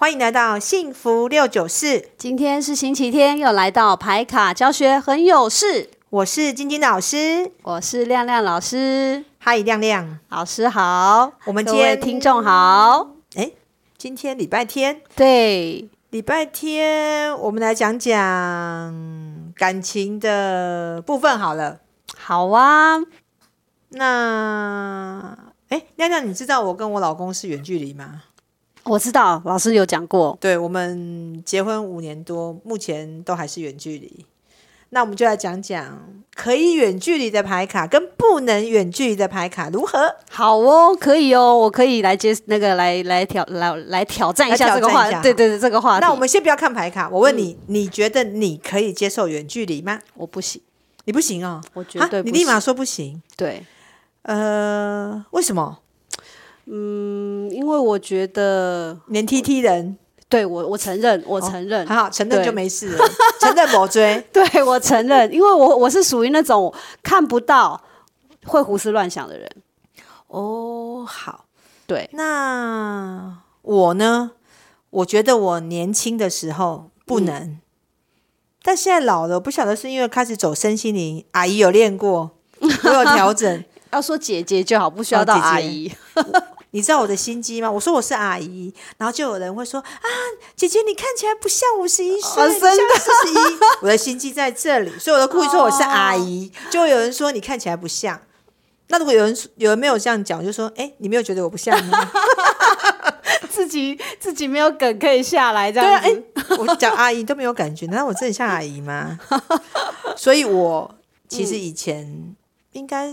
欢迎来到幸福694。 今天是星期天，又来到牌卡教学很有事。 我是晶晶老师， 我是亮亮老师。 嗨，亮亮老师好， 我们今天各位听众好。 今天礼拜天， 对， 礼拜天我们来讲讲感情的部分好了。 好啊。 那亮亮，你知道我跟我老公是远距离吗？ 我知道，老师有讲过。 对，我们结婚5年多，目前都还是远距离。那我们就来讲讲可以远距离的牌卡跟不能远距离的牌卡如何？ 好哦，可以哦，我可以来来挑战一下这个话题。对，这个话题。 那我们先不要看牌卡，我问你，你觉得你可以接受远距离吗？ 我不行。 你不行哦？ 我绝对不行。 你立马说不行。 对。 为什么？ 因为我觉得黏 T 人。 对，我承认，承认， 很好，承认就没事了，承认没追。 对，我承认，因为我是属于那种看不到会胡思乱想的人。 哦，好， 对， 那我呢？我觉得我年轻的时候不能，但现在老了，我不晓得是因为开始走身心灵，阿姨有练过，我有调整。 要说姐姐就好，不需要到阿姨。 你知道我的心机吗？我说我是阿姨，然后就有人会说啊，姐姐你看起来不像51岁，你像41。我的心机在这里，所以我都故意说我是阿姨，就会有人说你看起来不像。那如果有人没有这样讲，我就说你没有觉得我不像吗？ 自己没有梗可以下来这样子。 对啊，我讲阿姨都没有感觉，难道我真的像阿姨吗？所以我其实以前应该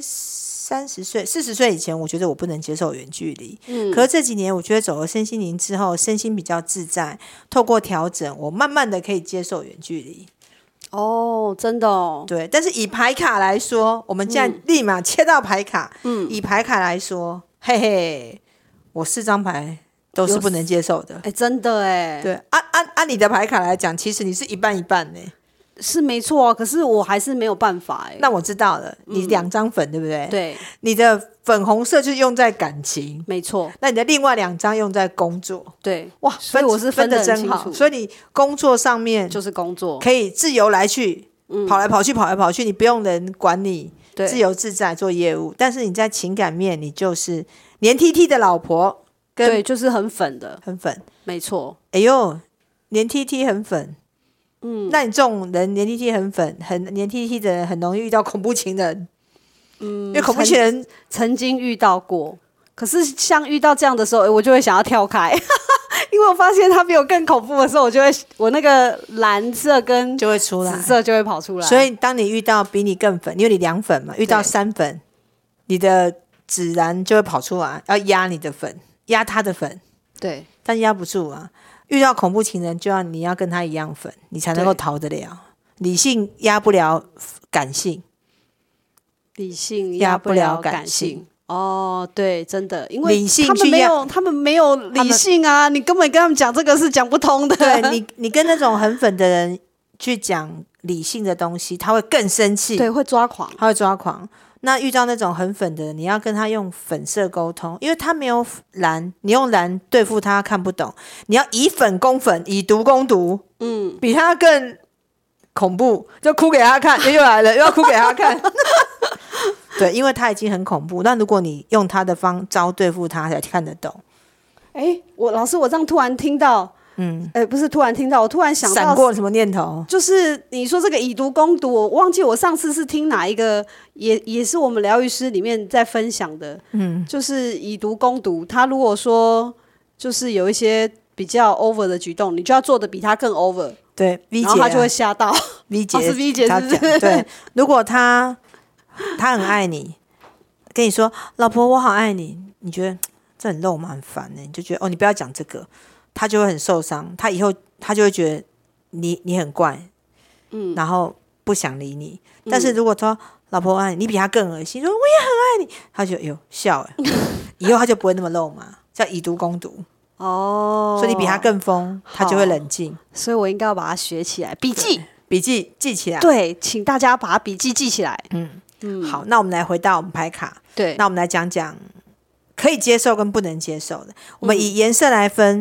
30岁、40岁以前，我觉得我不能接受远距离。可是这几年，我觉得走了身心灵之后，身心比较自在，透过调整，我慢慢的可以接受远距离。 哦，真的哦。 对，但是以牌卡来说，我们现在立马切到牌卡。以牌卡来说，嘿嘿，我4张牌都是不能接受的。 真的哎。 对，按你的牌卡来讲，其实你是一半一半呢。 是没错啊，可是我还是没有办法那我知道了，你2张粉对不对？ 对， 你的粉红色就是用在感情， 没错。 那你的另外2张用在工作。 对， 哇， 所以我是分得真好。 所以你工作上面就是工作， 可以自由来去，跑来跑去，你不用人管你，自由自在做业务。但是你在情感面，你就是黏 T 的老婆， 对，就是很粉的， 很粉， 没错。 哎呦，黏 T 很粉。那你这种人黏 T 很粉，很黏 T 的人，很容易遇到恐怖情人。因为恐怖情人曾经遇到过，可是像遇到这样的时候，我就会想要跳开，因为我发现他比我更恐怖的时候，我那个蓝色跟就会出来， 紫色就会跑出来。 所以当你遇到比你更粉，因为你2粉嘛，遇到3粉，你的紫蓝就会跑出来，要压你的粉，压他的粉。 对， 但压不住啊。遇到恐怖情人，你要跟他一样粉，你才能够逃得了。理性压不了感性， 理性压不了感性。哦，对，真的，因为他们没有理性啊，你根本跟他们讲这个是讲不通的。 对，你跟那种很粉的人去讲理性的东西，他会更生气， 对，会抓狂， 他会抓狂。那遇到那种很粉的人，你要跟他用粉色沟通，因为他没有蓝，你用蓝对付他看不懂，你要以粉攻粉，以毒攻毒，比他更恐怖，就哭给他看，又来了，又要哭给他看。对，因为他已经很恐怖，那如果你用他的方招对付他，才看得懂。 老师，我这样突然听到。不是突然听到，我突然想到闪过什么念头？ 就是你说这个以毒攻毒，我忘记我上次是听哪一个，也是我们疗愈师里面在分享的。就是以毒攻毒，他如果说就是有一些比较 over 的举动，你就要做的比他更 over。 对 ，V 姐， 然后他就会吓到。 V 姐， 是 V 姐是不是？ 对，如果他很爱你，跟你说老婆我好爱你，你觉得这很肉麻很烦呢，你就觉得你不要讲这个。他就会很受伤，他以后他就会觉得你很怪，然后不想理你。但是如果说老婆爱你，你比他更恶心，说我也很爱你，他就笑以后他就不会那么肉麻，叫以毒攻毒。所以你比他更疯，他就会冷静。 所以我应该要把它学起来，笔记记起来。 对，请大家把笔记记起来。 好，那我们来回到我们牌卡。 对， 那我们来讲讲可以接受跟不能接受的。我们以颜色来分，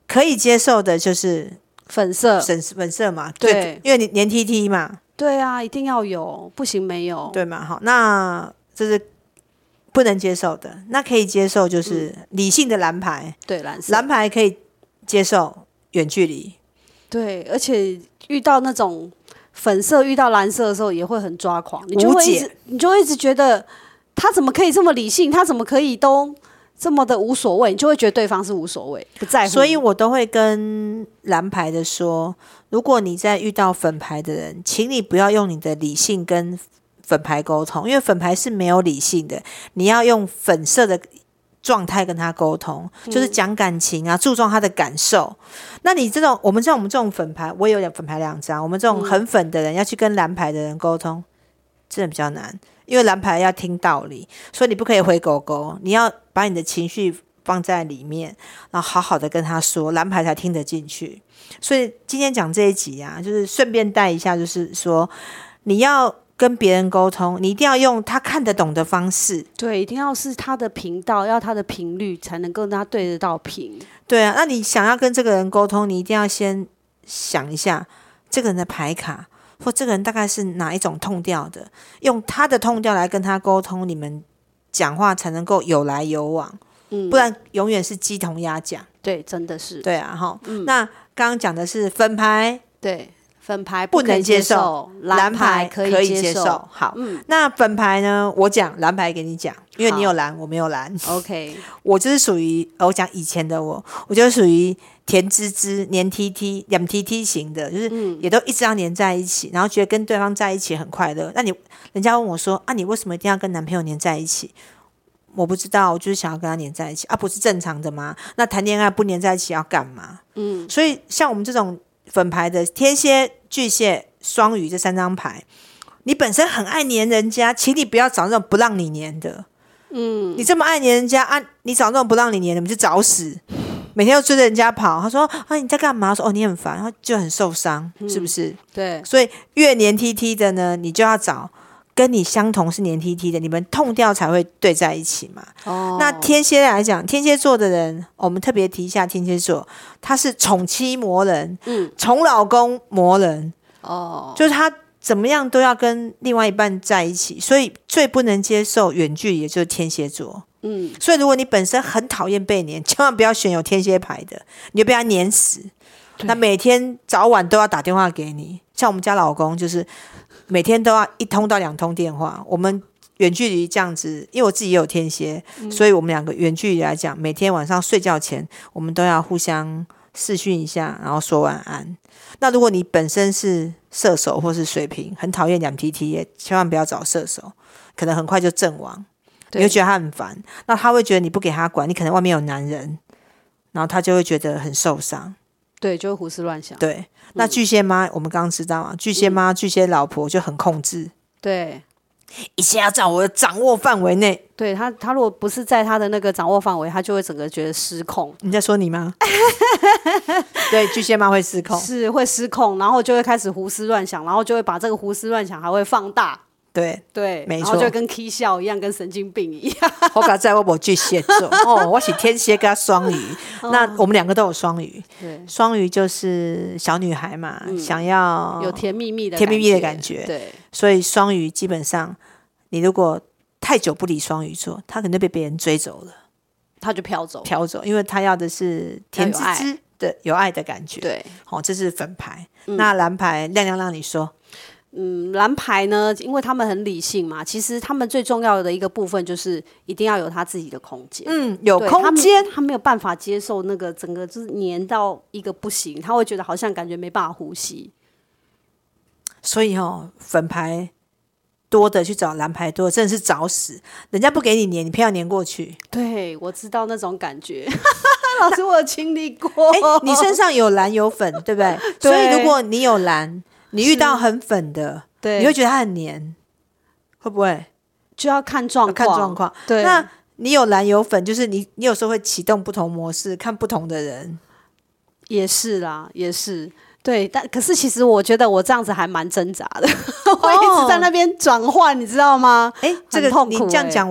可以接受的就是粉色嘛， 对， 因为你黏 TT 嘛， 对啊，一定要有，不行没有， 对嘛？好，那这是不能接受的。那可以接受就是理性的蓝牌， 对， 蓝牌可以接受远距离， 对，而且遇到那种粉色遇到蓝色的时候也会很抓狂，你就会一直觉得他怎么可以这么理性，他怎么可以都这么的无所谓，你就会觉得对方是无所谓，不在乎。 所以我都会跟蓝牌的说，如果你在遇到粉牌的人，请你不要用你的理性跟粉牌沟通，因为粉牌是没有理性的，你要用粉色的状态跟他沟通，就是讲感情啊，注重他的感受。那你我们这种粉牌，我也有粉牌2张，我们这种很粉的人要去跟蓝牌的人沟通，真的比较难，因为蓝牌要听道理，所以你不可以回狗狗，你要把你的情绪放在里面，然后好好的跟他说，蓝牌才听得进去。所以今天讲这一集啊，就是顺便带一下，就是说你要跟别人沟通，你一定要用他看得懂的方式， 对，一定要是他的频道，要他的频率，才能跟他对得到频。 对啊，那你想要跟这个人沟通，你一定要先想一下这个人的牌卡，或这个人大概是哪一种痛调的，用他的痛调来跟他沟通，你们讲话才能够有来有往，不然永远是鸡同鸭讲。 对，真的是。 对啊，那刚刚讲的是粉牌， 对，粉牌不能接受，蓝牌可以接受。好，那粉牌呢？我讲蓝牌给你讲，因为你有蓝，我没有蓝。 OK， 我就是属于我讲以前的我就是属于甜滋滋、黏 TT、两 TT 型的，就是也都一直要黏在一起，然后觉得跟对方在一起很快乐。那人家问我说啊，你为什么一定要跟男朋友黏在一起？我不知道，我就是想要跟他黏在一起啊，不是正常的吗？那谈恋爱不黏在一起要干嘛？所以像我们这种粉牌的天蝎、巨蟹、双鱼这3张牌，你本身很爱黏人家，请你不要找那种不让你黏的。你这么爱黏人家啊，你找那种不让你黏的，你就找死。每天都追着人家跑，他说啊你在干嘛？说哦你很烦，然后就很受伤，是不是？ 对， 所以越黏 TT 的呢，你就要找跟你相同是黏 TT 的，你们痛调才会对在一起嘛。那天蝎来讲，天蝎座的人，我们特别提一下天蝎座，他是宠妻魔人，宠老公魔人，就是他怎么样都要跟另外一半在一起，所以最不能接受远距离的就是天蝎座。所以如果你本身很讨厌被黏，千万不要选有天蝎牌的，你就被他黏死。那每天早晚都要打电话给你，像我们家老公就是每天都要1通到2通电话。我们远距离这样子，因为我自己也有天蝎，所以我们2个远距离来讲，每天晚上睡觉前我们都要互相视讯一下，然后说晚安。那如果你本身是射手或是水瓶，很讨厌两 TT， 也千万不要找射手，可能很快就阵亡，你会觉得他很烦。那他会觉得你不给他管，你可能外面有男人，然后他就会觉得很受伤。 对，就会胡思乱想。 对，那巨蟹妈，我们刚刚知道啊，巨蟹妈、巨蟹老婆就很控制， 对， 一切要在我的掌握范围内。 对他如果不是在他的那个掌握范围，他就会整个觉得失控。 你在说你吗？对，巨蟹妈会失控， 是会失控，然后就会开始胡思乱想，然后就会把这个胡思乱想还会放大。对， 没错， 然后就跟 K 笑一样，跟神经病一样。 我刚才我巨蟹座哦，我是天蝎跟双鱼，那我们2个都有双鱼。对，双鱼就是小女孩嘛，想要有甜蜜蜜的感觉。 对， 所以双鱼基本上，你如果太久不理双鱼座，他可能被别人追走了， 他就飘走， 因为他要的是甜滋滋的有爱的感觉。 对， 这是粉牌。那蓝牌亮亮让你说。 蓝牌呢，因为他们很理性嘛，其实他们最重要的一个部分就是一定要有他自己的空间。 有空间， 他没有办法接受那个整个就是黏到一个不行，他会觉得好像感觉没办法呼吸。 所以粉牌多的去找蓝牌多的，真的是找死。人家不给你黏，你偏要黏过去。 对，我知道那种感觉。老师，我有经历过。 你身上有蓝有粉，对不对？ 对， 所以如果你有蓝，你遇到很粉的，你会觉得它很黏，会不会？ 就要看状况。对， 那你有蓝有粉，就是你有时候会启动不同模式，看不同的人。 也是啦，也是。对，但可是其实我觉得我这样子还蛮挣扎的，我一直在那边转换，你知道吗？ 这个你这样讲，我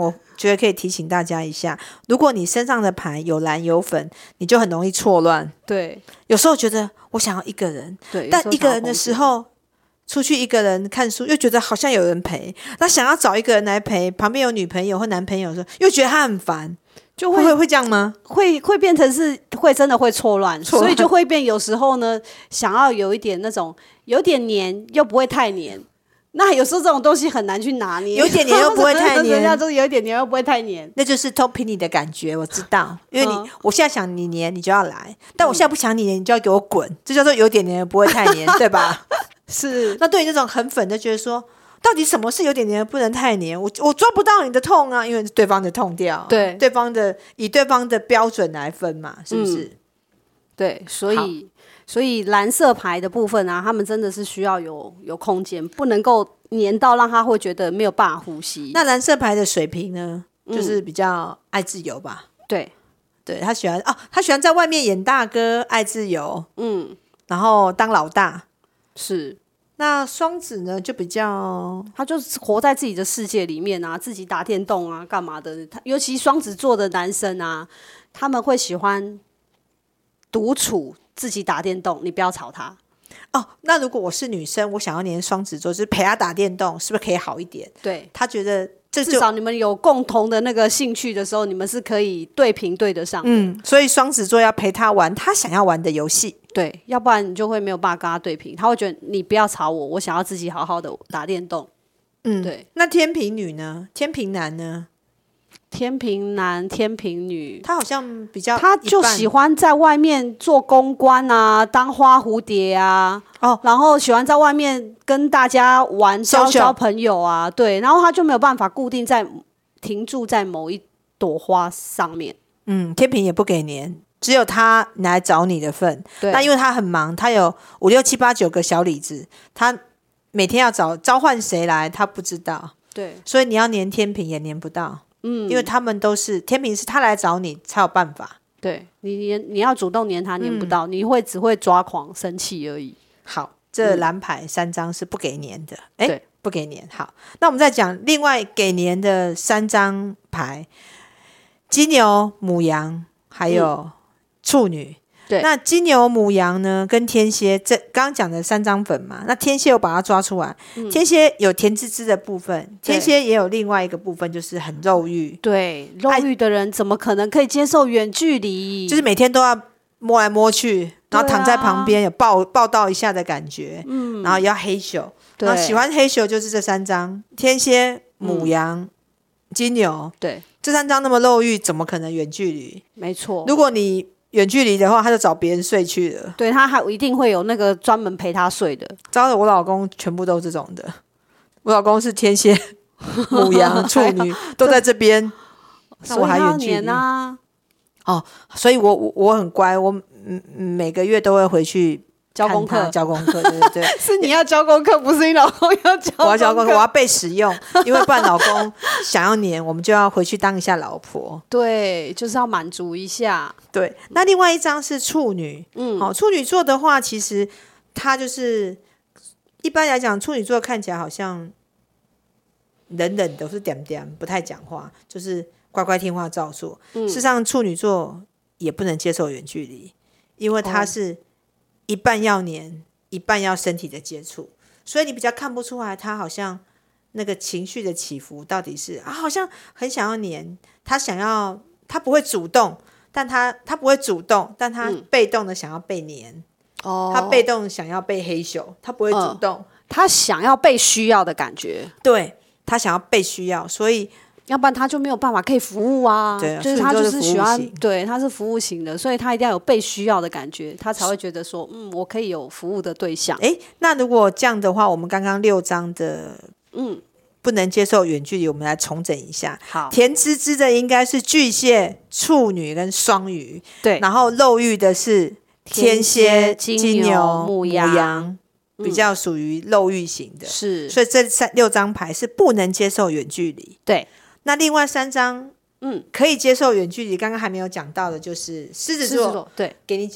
觉得可以提醒大家一下，如果你身上的牌有蓝有粉，你就很容易错乱。 对， 有时候觉得我想要一个人， 对， 但一个人的时候出去一个人看书，又觉得好像有人陪，那想要找一个人来陪，旁边有女朋友或男朋友的时候，又觉得他很烦， 就会这样吗？ 会变成是真的会错乱，所以就会变有时候呢，想要有一点那种有点黏又不会太黏。那有时候这种东西很难去拿捏， 有点黏又不会太黏， 人家说有点黏又不会太黏， 那就是偷皮你的感觉，我知道，因为我现在想你黏，你就要来，但我现在不想你黏，你就要给我滚，这叫做有点黏又不会太黏，对吧？ 是。 那对于那种很粉的，觉得说，到底什么是有点黏不能太黏？我抓不到你的痛啊，因为是对方的痛调， 对， 以对方的标准来分嘛，是不是？ 对，所以蓝色牌的部分啊，他们真的是需要有空间，不能够黏到让他会觉得没有办法呼吸。 那蓝色牌的水瓶呢，就是比较爱自由吧？ 对， 他喜欢在外面演大哥，爱自由，然后当老大。 是。 那双子呢，就比较他就是活在自己的世界里面啊，自己打电动啊，干嘛的？尤其双子座的男生啊，他们会喜欢独处，自己打电动，你不要吵他。 那如果我是女生，我想要黏双子座，就是陪他打电动，是不是可以好一点？ 对， 他觉得至少你们有共同的那个兴趣的时候，你们是可以对平对得上的。 所以双子座要陪他玩他想要玩的游戏。 对，要不然你就会没有办法跟他对平，他会觉得你不要吵我，我想要自己好好的打电动。对。 那天平女呢？天平男呢？ 天平男、天平女， 他好像比较， 他就喜欢在外面做公关啊，当花蝴蝶啊，然后喜欢在外面跟大家玩，交朋友啊，对，然后他就没有办法停驻在某一朵花上面。 天平也不给黏，只有他来找你的份。那因为他很忙，他有5、6、7、8、9个小李子，他每天要召唤谁来，他不知道。 对， 所以你要黏天平也黏不到。因为他们都是天平，是他来找你才有办法。 对，你要主动黏他，黏不到，你只会抓狂生气而已。 好，这蓝牌3张是不给黏的， 对， 不给黏。好，那我们再讲另外给黏的3张牌：金牛、牡羊，还有处女。 对， 那金牛、牡羊呢，跟天蝎，这刚刚讲的3张粉嘛，那天蝎我把它抓出来，天蝎有甜滋滋的部分，天蝎也有另外一个部分，就是很肉欲。 对，肉欲的人怎么可能可以接受远距离？ 就是每天都要摸来摸去，然后躺在旁边有抱到一下的感觉，然后也要黑咻，然后喜欢黑咻就是这3张，天蝎、牡羊、金牛。 对， 这3张那么肉欲，怎么可能远距离？ 没错， 如果你远距离的话，他就找别人睡去了。 对，他还一定会有那个专门陪他睡的。 招的我老公全部都这种的，我老公是天蝎、牡羊、处女都在这边，那我还远距离啊。 所以我很乖，我每个月都会回去交功课， 对是你要交功课，不是你老公要交功课。 我要交功课，我要被使用，因为不然老公想要黏，我们就要回去当一下老婆。 对，就是要满足一下。 对，那另外一张是处女，处女座的话，其实他就是一般来讲，处女座看起来好像冷冷的，是点点，不太讲话，就是乖乖听话照做。事实上，处女座也不能接受远距离，因为他是一半要黏，一半要身体的接触，所以你比较看不出来他好像那个情绪的起伏到底是好像很想要黏，他不会主动，但他不会主动，但他被动的想要被黏。他被动想要被黑咻，他不会主动， 他想要被需要的感觉。 对，他想要被需要，所以要不然他就没有办法可以服务啊。 对， 就是他就是喜欢，对，他是服务型的，所以他一定要有被需要的感觉，他才会觉得说，我可以有服务的对象。 那如果这样的话，我们刚刚6张的，不能接受远距离，我们来重整一下。 好， 甜滋滋的应该是巨蟹、处女跟双鱼， 对， 然后肉欲的是天蝎、金牛、 牡羊。 比较属于肉欲型的， 是， 所以这6张牌是不能接受远距离。 对， 那另外3张，可以接受远距离。刚刚还没有讲到的，就是狮子座。 对， 给你讲，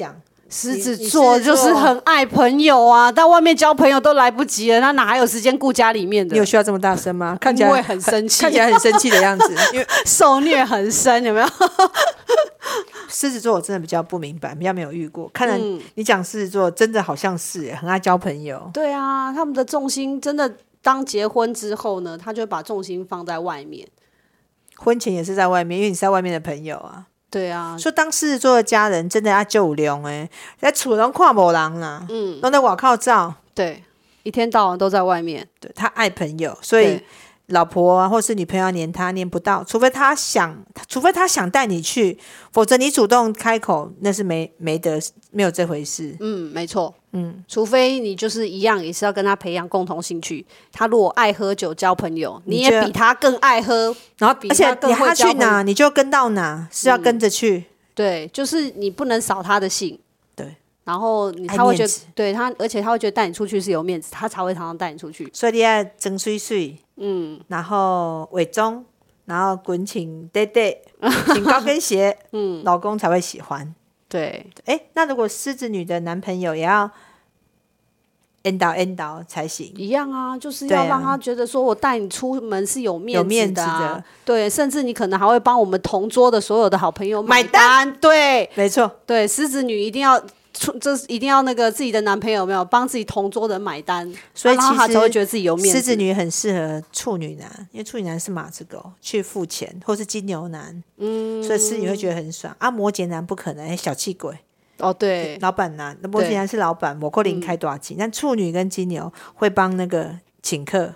狮子座就是很爱朋友啊，到外面交朋友都来不及了，他哪还有时间顾家里面的？ 你有需要这么大声吗？看起来会很生气， 看起来很生气的样子，因为受虐很深，有没有？ 狮子座我真的比较不明白，比较没有遇过。看来你讲狮子座真的好像是很爱交朋友。 对啊，他们的重心真的，当结婚之后呢，他就会把重心放在外面。 婚前也是在外面，因为你是在外面的朋友啊。 对啊， 说当狮子座的家人真的要救量在厝拢看无人啦，都在外口照。 对，一天到晚都在外面。 对，他爱朋友，所以老婆啊，或是女朋友黏他黏不到，除非他想带你去，否则你主动开口那是没有这回事。 没错。除非你就是一样，也是要跟他培养共同兴趣。他如果爱喝酒交朋友，你也比他更爱喝， 然后而且他去哪你就跟到哪，是要跟着去。 对，就是你不能扫他的兴。 对， 然后他会觉得，对他，而且他会觉得带你出去是有面子，他才会常常带你出去。 所以你要装水水，然后伪装，然后滚请爹爹，请高跟鞋，老公才会喜欢。 对， 那如果狮子女的男朋友也要 end 到才行， 一样啊，就是要让他觉得说我带你出门是有面子的，对，甚至你可能还会帮我们同桌的所有的好朋友买单，对， 没错， 对，狮子女一定要。一定要那个自己的男朋友有没有帮自己同桌的人买单， 所以其实他才会觉得自己有面子。 狮子女很适合处女男，因为处女男是马子狗去付钱，或是金牛男，所以狮子女会觉得很爽啊。摩羯男不可能，小气鬼哦，对， 老板男，摩羯男是老板，某扣零开多少钱？但处女跟金牛会帮那个请客。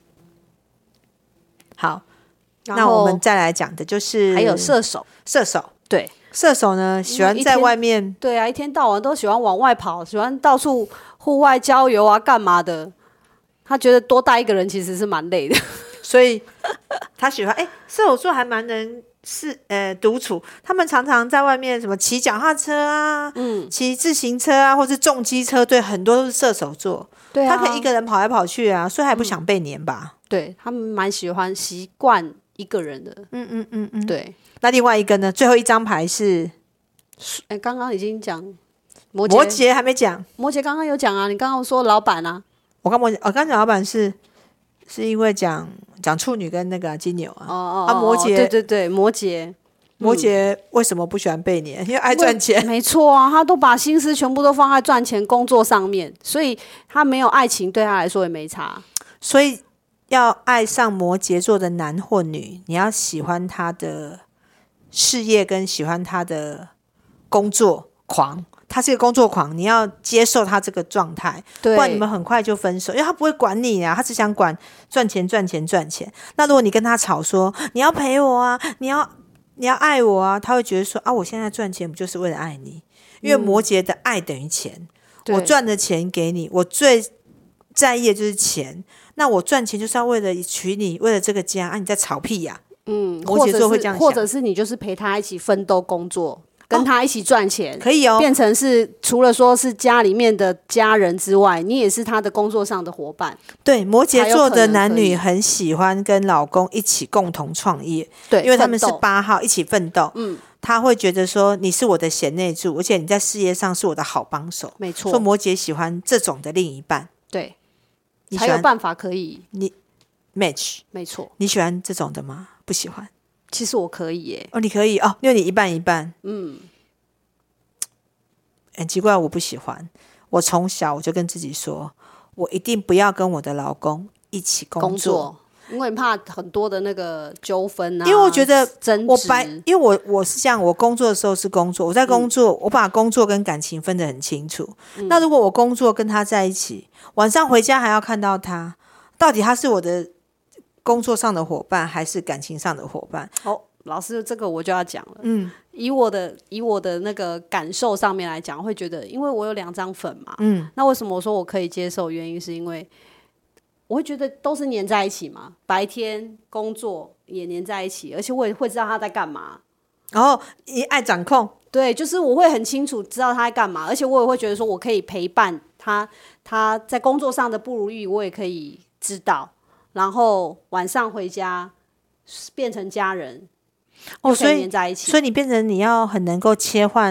好，那我们再来讲的就是还有射手，对。 射手呢，喜欢在外面， 对啊，一天到晚都喜欢往外跑，喜欢到处户外郊游啊，干嘛的？他觉得多带一个人其实是蛮累的， 所以他喜欢。射手座还蛮能独处，他们常常在外面什么骑脚踏车啊，骑自行车啊，或是重机车队，很多都是射手座。对啊，他可以一个人跑来跑去啊，所以还不想被黏吧？ 对，他们蛮习惯一个人的。对。 那另外一个呢？最后一张牌是， 刚刚已经讲摩羯还没讲， 摩羯刚刚有讲啊，你刚刚说老板啊， 我刚讲老板是因为讲处女跟那个金牛啊，摩羯对，摩羯为什么不喜欢被黏？因为爱赚钱， 没错啊，他都把心思全部都放在赚钱工作上面，所以他没有爱情对他来说也没差， 所以要爱上摩羯座的男或女，你要喜欢他的事业跟喜欢他的工作狂，他是个工作狂，你要接受他这个状态，不然你们很快就分手，因为他不会管你啊，他只想管赚钱。那如果你跟他吵说你要陪我啊，你要爱我啊，他会觉得说我现在赚钱不就是为了爱你？因为摩羯的爱等于钱，我赚的钱给你，我最在意的就是钱，那我赚钱就是要为了娶你，为了这个家你在吵屁呀？摩羯座会这样想， 或者是你就是陪他一起奋斗工作，跟他一起赚钱， 可以哦， 变成是除了说是家里面的家人之外，你也是他的工作上的伙伴。 对，摩羯座的男女很喜欢跟老公一起共同创业，对，因为他们是8号一起奋斗。他会觉得说你是我的贤内助，而且你在事业上是我的好帮手。 没错， 说摩羯喜欢这种的另一半， 对，才有办法可以你 match。 没错， 你喜欢这种的吗？不喜欢。 其实我可以耶。 你可以哦，因为你一半一半。很奇怪，我不喜欢。我从小我就跟自己说，我一定不要跟我的老公一起工作， 因为怕很多的那个纠纷啊。 因为我觉得争执， 因为我是这样，我工作的时候是工作，我在工作，我把工作跟感情分得很清楚。那如果我工作跟他在一起，晚上回家还要看到他，到底他是我的工作上的伙伴还是感情上的伙伴？ 老师，这个我就要讲了。以我的那个感受上面来讲，会觉得，因为我有2张粉嘛，那为什么我说我可以接受？原因是因为我会觉得都是黏在一起嘛，白天工作也黏在一起，而且我也会知道他在干嘛。 然后你爱掌控， 对，就是我会很清楚知道他在干嘛，而且我也会觉得说我可以陪伴他在工作上的不如意，我也可以知道。然后晚上回家变成家人，所以黏在一起。 所以你变成你要很能够切换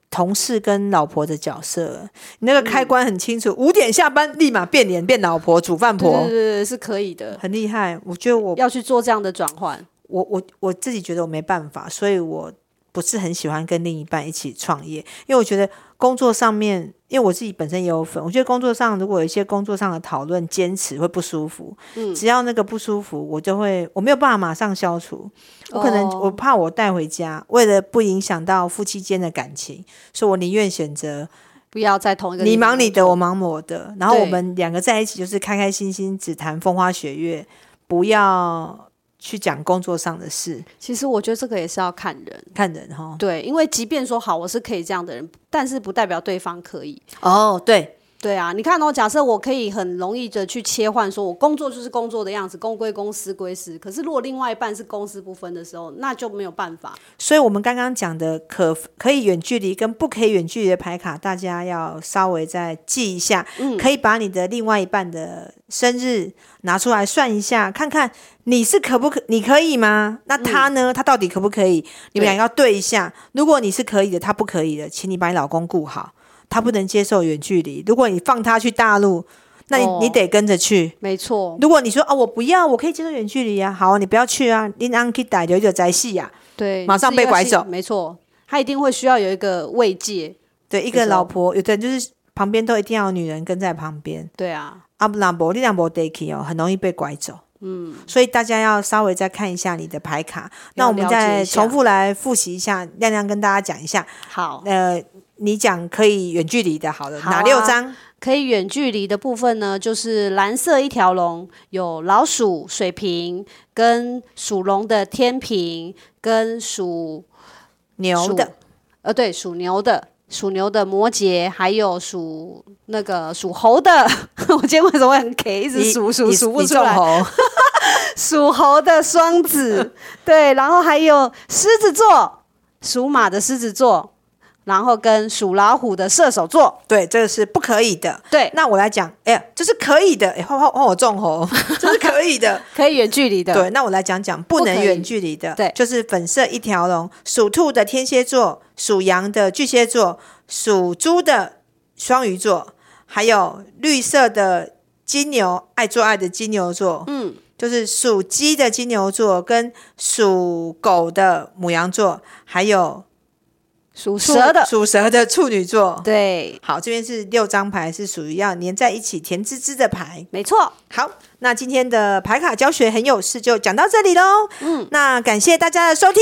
同事跟老婆的角色，你那个开关很清楚，5点下班立马变脸变老婆煮饭婆， 对对对，是可以的， 很厉害。我觉得我要去做这样的转换。 我自己觉得我没办法，所以我不是很喜欢跟另一半一起创业，因为我觉得工作上面，因为我自己本身也有粉，我觉得工作上如果有一些工作上的讨论坚持会不舒服，只要那个不舒服，我没有办法马上消除，我可能我怕我带回家，为了不影响到夫妻间的感情，所以我宁愿选择不要在同一个你忙你的，我忙我的，然后我们2个在一起就是开开心心，只谈风花雪月，不要去讲工作上的事。 其实我觉得这个也是要看人， 对， 因为即便说好我是可以这样的人，但是不代表对方可以。对啊，你看假设我可以很容易的去切换，说我工作就是工作的样子，公归公，私归私。可是如果另外一半是公私不分的时候，那就没有办法。 所以我们刚刚讲的可以远距离跟不可以远距离的牌卡，大家要稍微再记一下。可以把你的另外一半的生日拿出来算一下，看看你可以吗？那他呢？他到底可不可以？你们俩要对一下。如果你是可以的，他不可以的，请你把你老公顾好。他不能接受远距离，如果你放他去大陆，那你得跟着去。 没错。 如果你说我不要，我可以接受远距离啊，好，你不要去啊，你让去带就在戏啊， 对， 马上被拐走。 没错，他一定会需要有一个慰藉。 对，一个老婆，有的人就是旁边都一定要有女人跟在旁边。 对啊， 不然你若没带去很容易被拐走。所以大家要稍微再看一下你的牌卡。那我们再重复来复习一下，亮亮跟大家讲一下。 好， 你讲可以远距离的，好了，哪6张？ 可以远距离的部分呢，就是蓝色一条龙，有老鼠、水瓶，跟属龙的天平，跟属牛的， 对，属牛的摩羯，还有属猴的。我今天为什么会很 K， 一直数不出来。属猴的双子，对，然后还有狮子座，属马的狮子座。然后跟属老虎的射手座， 对，这个是不可以的。 对， 那我来讲，这是可以的。换我中猴，这是可以的， 可以远距离的。 对，那我来讲不能远距离的。 对， 就是粉色一条龙，属兔的天蝎座，属羊的巨蟹座，属猪的双鱼座，还有绿色的金牛，爱做爱的金牛座。就是属鸡的金牛座，跟属狗的牡羊座，还有属蛇的处女座。 对， 好，这边是6张牌，是属于要粘在一起甜滋滋的牌。 没错。 好，那今天的牌卡教学很有事，就讲到这里咯。那感谢大家的收听。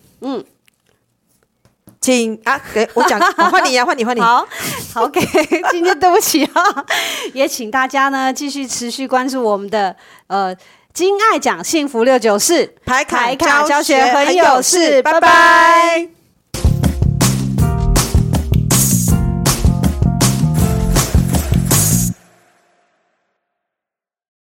请我讲，换你啊，换你。 好，OK， 今天对不起啊，也请大家呢继续持续关注我们的金爱讲幸福694 牌卡教学很有事，拜拜。